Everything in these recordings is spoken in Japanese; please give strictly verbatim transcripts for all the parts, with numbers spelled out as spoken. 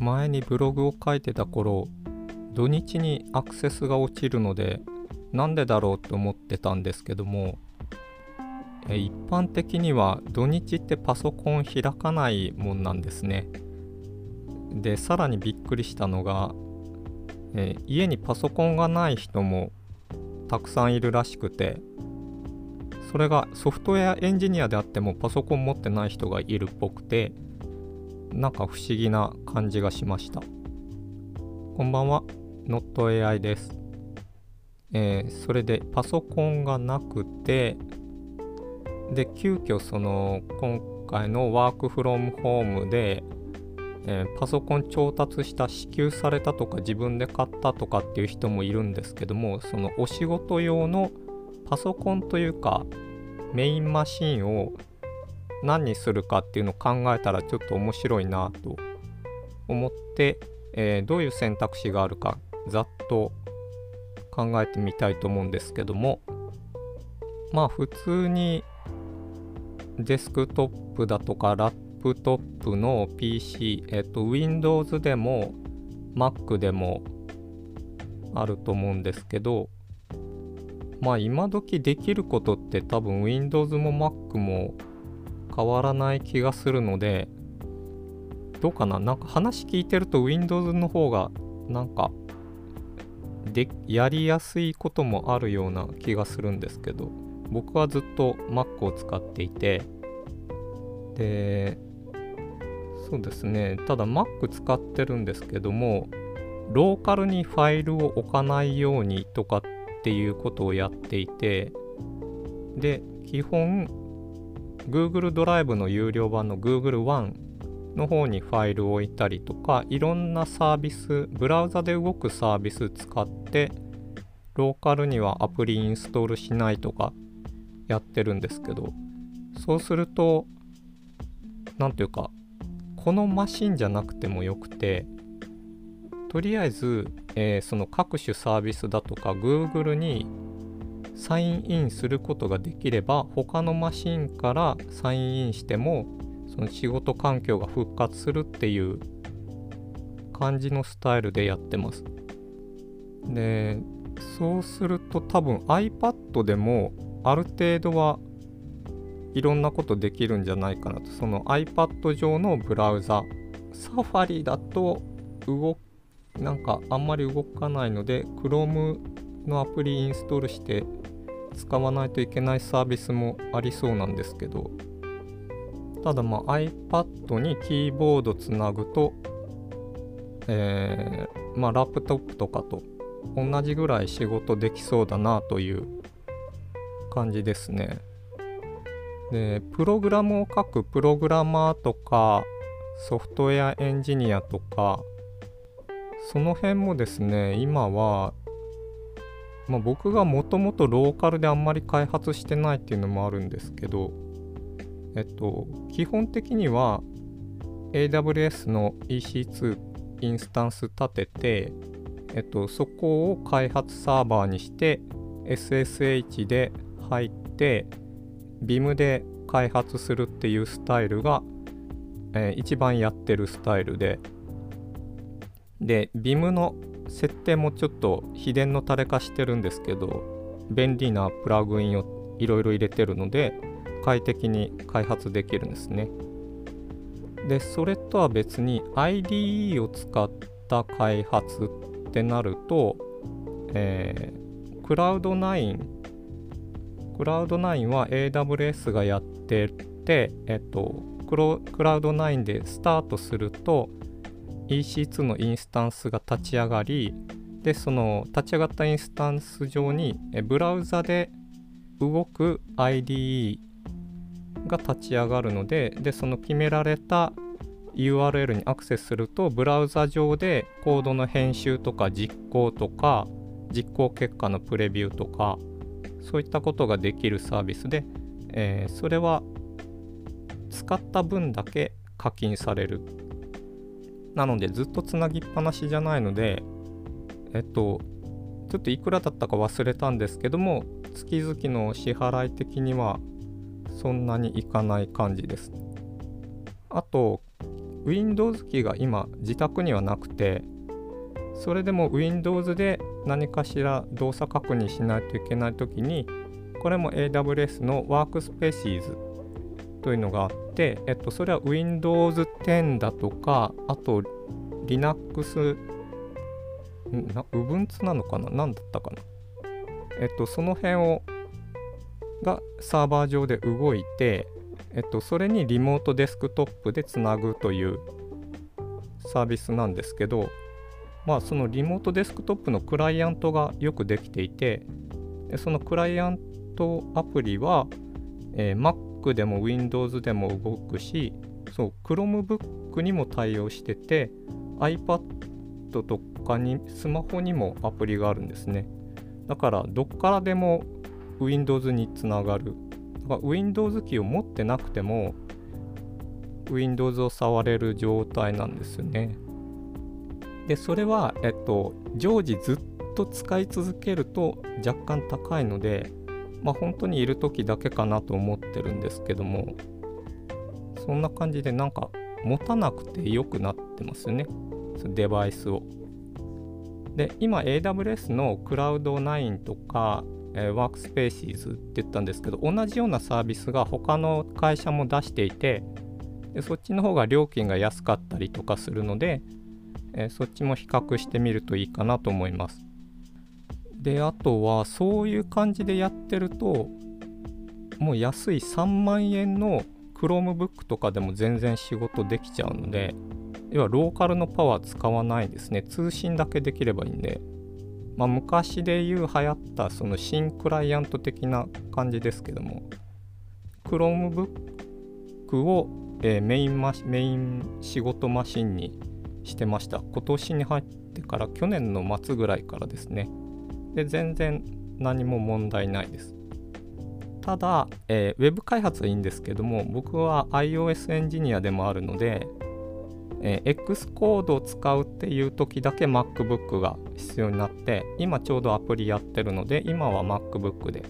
前にブログを書いてた頃、土日にアクセスが落ちるのでなんでだろうと思ってたんですけども、え一般的には土日ってパソコン開かないもんなんですね。で、さらにびっくりしたのが、え家にパソコンがない人もたくさんいるらしくて、それがソフトウェアエンジニアであってもパソコン持ってない人がいるっぽくて、なんか不思議な感じがしました。こんばんは、ノットエーアイ です。えー、それでパソコンがなくて、で急遽その今回のワークフロムホームで、えー、パソコン調達した、支給されたとか自分で買ったとかっていう人もいるんですけども、そのお仕事用のパソコンというかメインマシンを何にするかっていうのを考えたらちょっと面白いなと思って、えー、どういう選択肢があるかざっと考えてみたいと思うんですけども、まあ普通にデスクトップだとかラップトップの ピーシー、えっと Windows でも Mac でもあると思うんですけど、まあ今時できることって多分 Windows も Mac も変わらない気がするので、どうかな、なんか話聞いてると Windows の方がなんかでやりやすいこともあるような気がするんですけど、僕はずっと Mac を使っていて、でそうですね、ただ Mac 使ってるんですけども、ローカルにファイルを置かないようにとかっていうことをやっていて、で基本 Google ドライブの有料版の Google ワンの方にファイルを置いたりとか、いろんなサービス、ブラウザで動くサービス使ってローカルにはアプリインストールしないとかやってるんですけど、そうするとなんていうか、このマシンじゃなくてもよくて、とりあえず、えー、その各種サービスだとか Google にサインインすることができれば、他のマシンからサインインしてもその仕事環境が復活するっていう感じのスタイルでやってます。でそうすると多分 iPad でもある程度はいろんなことできるんじゃないかなと。その iPad 上のブラウザ、サファリだと動なんかあんまり動かないので Chrome のアプリインストールして使わないといけないサービスもありそうなんですけど、ただまあ iPad にキーボードつなぐと、えー、まあラップトップとかと同じぐらい仕事できそうだなという感じですね。でプログラムを書くプログラマーとかソフトウェアエンジニアとか、その辺もですね、今は、まあ、僕がもともとローカルであんまり開発してないっていうのもあるんですけど、えっと基本的には エーダブリューエス の イーシーツー インスタンス立てて、えっとそこを開発サーバーにして エスエスエイチ で入ってビム で開発するっていうスタイルが、えー、一番やってるスタイルで、で ビム の設定もちょっと秘伝のタレ化してるんですけど、便利なプラグインをいろいろ入れてるので快適に開発できるんですね。でそれとは別に アイディーイー を使った開発ってなると、えー、クラウドナインクラウドナインは エーダブリューエス がやってて、えっと、クロクラウドナインでスタートすると イーシーツー のインスタンスが立ち上がり、でその立ち上がったインスタンス上にブラウザで動く アイディーイー が立ち上がるので、でその決められた ユーアールエル にアクセスするとブラウザ上でコードの編集とか実行とか実行結果のプレビューとかそういったことができるサービスで、えー、それは使った分だけ課金される。なのでずっとつなぎっぱなしじゃないので、えっとちょっといくらだったか忘れたんですけども、月々の支払い的にはそんなにいかない感じです。あと Windows 機が今自宅にはなくて、それでも Windows で何かしら動作確認しないといけないときに、これも エーダブリューエス の Workspaces というのがあって、えっと、それは ウィンドウズテン だとか、あと Linux、な Ubuntu なのかな、何だったかな。えっと、その辺をがサーバー上で動いて、えっと、それにリモートデスクトップでつなぐというサービスなんですけど、まあそのリモートデスクトップのクライアントがよくできていて、そのクライアントアプリは、えー、Mac でも Windows でも動くし、そう Chromebook にも対応してて、 iPad とかにスマホにもアプリがあるんですね。だからどっからでも Windows につながる。だから Windows キーを持ってなくても Windows を触れる状態なんですよね。でそれは、えっと、常時ずっと使い続けると若干高いので、まあ本当にいる時だけかなと思ってるんですけども、そんな感じでなんか持たなくて良くなってますよね、デバイスを。で今 エーダブリューエス の クラウドナイン とか、えー、Workspaces って言ったんですけど、同じようなサービスが他の会社も出していて、でそっちの方が料金が安かったりとかするので、えー、そっちも比較してみるといいかなと思います。であとはそういう感じでやってると、もう安いさんまんえんの Chromebook とかでも全然仕事できちゃうので、要はローカルのパワー使わないですね。通信だけできればいいんで、まあ、昔でいう流行ったその新クライアント的な感じですけども、 Chromebook を、えー、メインマシ、メイン仕事マシンにしてました。今年に入ってから、去年の末ぐらいからですね。で全然何も問題ないです。ただ、えー、ウェブ開発はいいんですけども、僕は iOS エンジニアでもあるので、えー、X コードを使うっていう時だけ MacBook が必要になって、今ちょうどアプリやってるので、今は MacBook で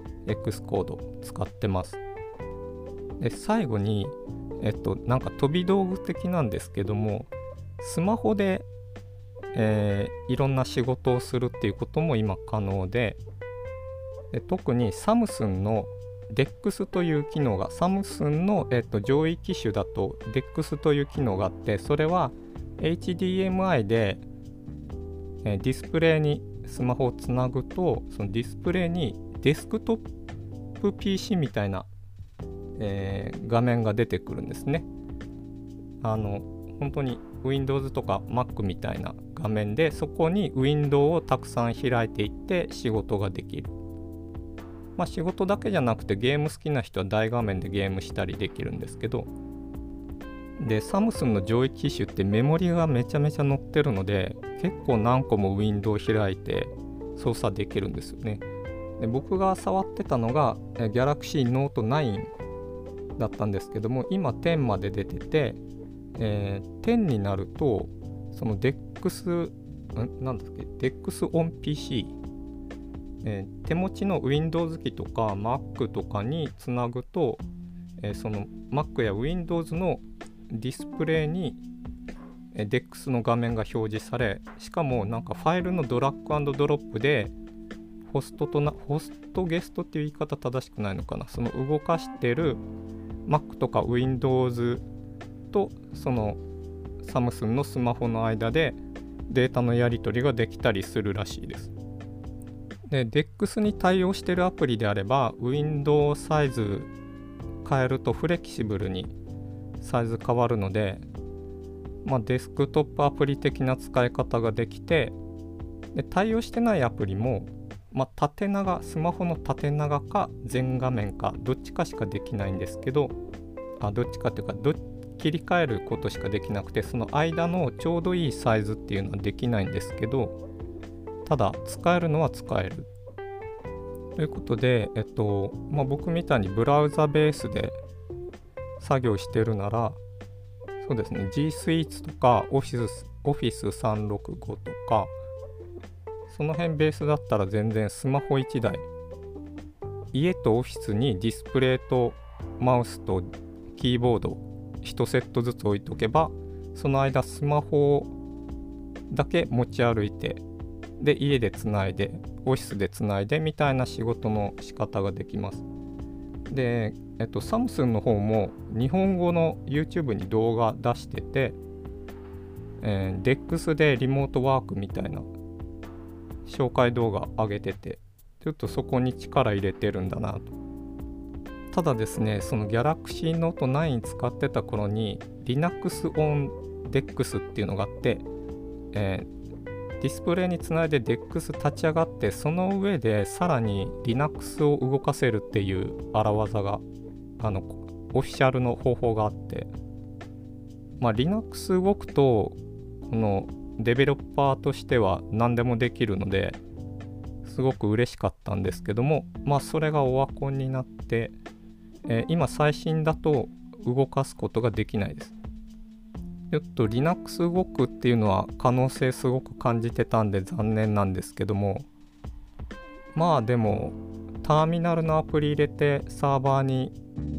X コードを使ってます。で最後に、えっとなんか飛び道具的なんですけども、スマホでえー、いろんな仕事をするっていうことも今可能 で, で特にサムスンの デックス という機能が、サムスンの、えー、と上位機種だと デックス という機能があって、それは エイチディーエムアイ で、えー、ディスプレイにスマホをつなぐと、そのディスプレイにデスクトップ ピーシー みたいな、えー、画面が出てくるんですね。あの本当に Windows とか Mac みたいな画面で、そこにウィンドウをたくさん開いていって仕事ができる。まあ仕事だけじゃなくて、ゲーム好きな人は大画面でゲームしたりできるんですけど、でサムスンの上位機種ってメモリがめちゃめちゃ載ってるので、結構何個もウィンドウを開いて操作できるんですよね。で僕が触ってたのが Galaxy Note ナインだったんですけども、今テンまで出てて、えー、テンになるとその デックス んなんだっけ デックス オン ピーシー、えー、手持ちの Windows 機とか Mac とかにつなぐと、えー、その Mac や Windows のディスプレイに デックス の画面が表示され、しかもなんかファイルのドラッグアンドドロップでホストとなホストゲストっていう言い方正しくないのかな、その動かしてる Mac とか Windowsとそのサムスンのスマホの間でデータのやり取りができたりするらしいです。で デックス に対応しているアプリであれば、ウィンドウサイズ変えるとフレキシブルにサイズ変わるので、まあ、デスクトップアプリ的な使い方ができて、で対応してないアプリも、まあ、縦長、スマホの縦長か全画面かどっちかしかできないんですけど、あどっちかっていうかどっ切り替えることしかできなくて、その間のちょうどいいサイズっていうのはできないんですけど、ただ使えるのは使えるということで、えっとまあ、僕みたいにブラウザベースで作業してるなら、そうですね G Suite とか Office オフィスさんろくごとか、その辺ベースだったら全然スマホいちだい、家とオフィスにディスプレイとマウスとキーボードいちセットずつ置いとけばその間スマホだけ持ち歩いて、で家でつないでオフィスでつないでみたいな仕事の仕方ができます。で、えっと、サムスンの方も日本語の YouTube に動画出してて、えー、デックス でリモートワークみたいな紹介動画上げてて、ちょっとそこに力入れてるんだなと。ただですね、その Galaxy Note ナイン使ってた頃に Linux on デックス っていうのがあって、えーディスプレイにつないで デックス 立ち上がって、その上でさらに Linux を動かせるっていう荒技が、あのオフィシャルの方法があって、まあ Linux 動くとこのデベロッパーとしては何でもできるのですごく嬉しかったんですけども、まあそれがオワコンになって、えー、今最新だと動かすことができないです。ちょっと Linux 動くっていうのは可能性すごく感じてたんで残念なんですけども、まあでもターミナルのアプリ入れてサーバーに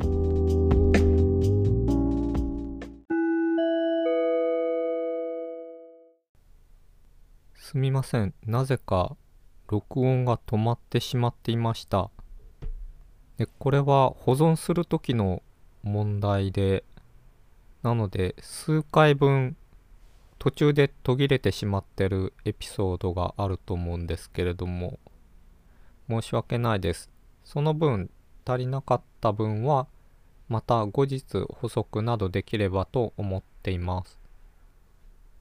すみません、なぜか録音が止まってしまっていました。で、これは保存する時の問題で、なので数回分途中で途切れてしまってるエピソードがあると思うんですけれども、申し訳ないです。その分足りなかった分はまた後日補足などできればと思っています。